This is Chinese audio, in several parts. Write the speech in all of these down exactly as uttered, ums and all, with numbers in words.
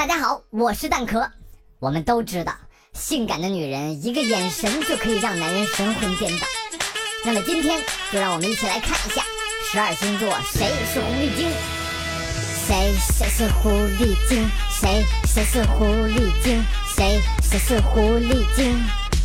大家好，我是蛋壳。我们都知道，性感的女人一个眼神就可以让男人神魂颠倒。那么今天就让我们一起来看一下十二星座谁是狐狸精。谁谁是狐狸精？谁谁是狐狸精？谁谁是狐狸精？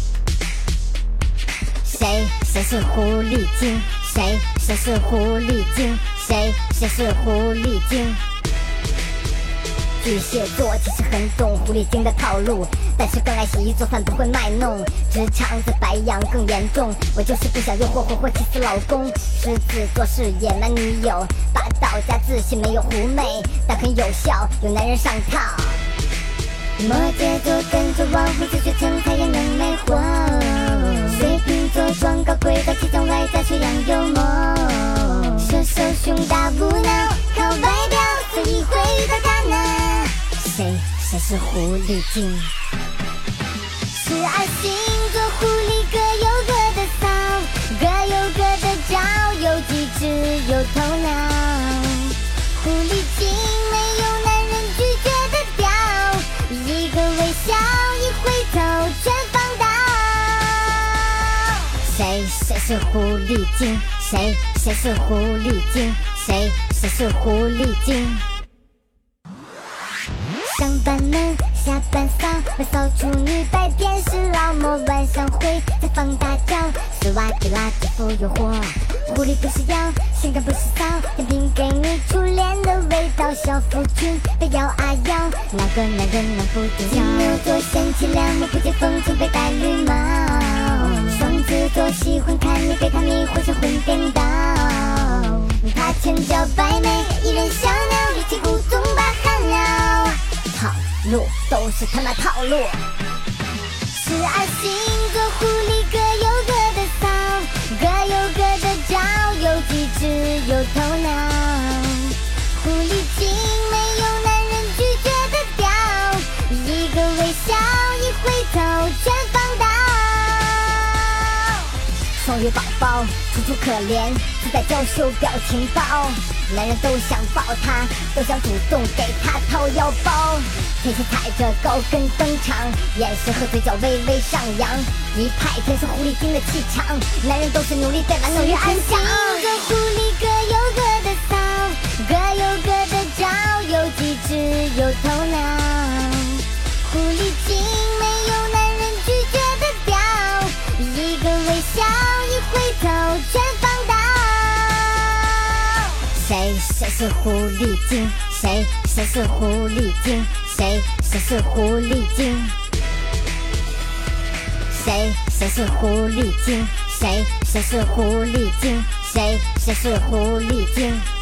谁谁是狐狸精？谁谁是狐狸精？谁谁是狐狸精？巨蟹座其实很懂狐狸精的套路，但是更爱洗衣做饭不会卖弄，职场在白羊更严重，我就是不想诱惑活活气死老公。狮子座是野蛮女友，霸道加自信没有狐媚，但很有效，有男人上套。摩羯座跟着网红自学成才也能魅惑，水瓶座装高贵到气场外加学养幽默，射手胸大无脑靠外表所以会遇到渣男。谁谁是狐狸精？十二星座狐狸各有各的骚，各有各的招，有机智有头脑。狐狸精没有男人拒绝的屌，一个微笑一回头全放倒。谁谁是狐狸精？谁谁是狐狸精？谁谁是狐狸精？上班们下班扫，会扫处女，白天是老魔，晚上会在放大招，丝袜子垃圾不诱惑，狐狸不是妖，性感不是骚，甜品给你初恋的味道，小腹裙被摇啊摇，哪个男人能不顶跳？金牛座贤妻良母不解风情被戴绿帽，双子座喜欢看你被他迷惑神魂颠倒，他千娇百媚一人小鸟，语气鼓纵把汗了，套路都是他妈套路。十二星座狐狸各有各的骚，各有各的招，有机智有头脑。狐狸精没有男人拒绝的屌，一个微笑一回头全放倒。双鱼宝宝楚楚可怜，自带娇羞表情包，男人都想抱她，都想主动给她掏腰包。天蝎踩着高跟登场，眼神和嘴角微微上扬，一派天生狐狸精的气场，男人都是努力在把努力安详。个狐狸各有各的骚，各有各的招，有机智有头脑。狐狸精没有男人拒绝的屌，一个微笑一回头全放倒。谁谁是狐狸精？谁谁是狐狸精？谁谁是狐狸精？谁谁是狐狸精？谁谁是狐狸精？谁谁是狐狸精？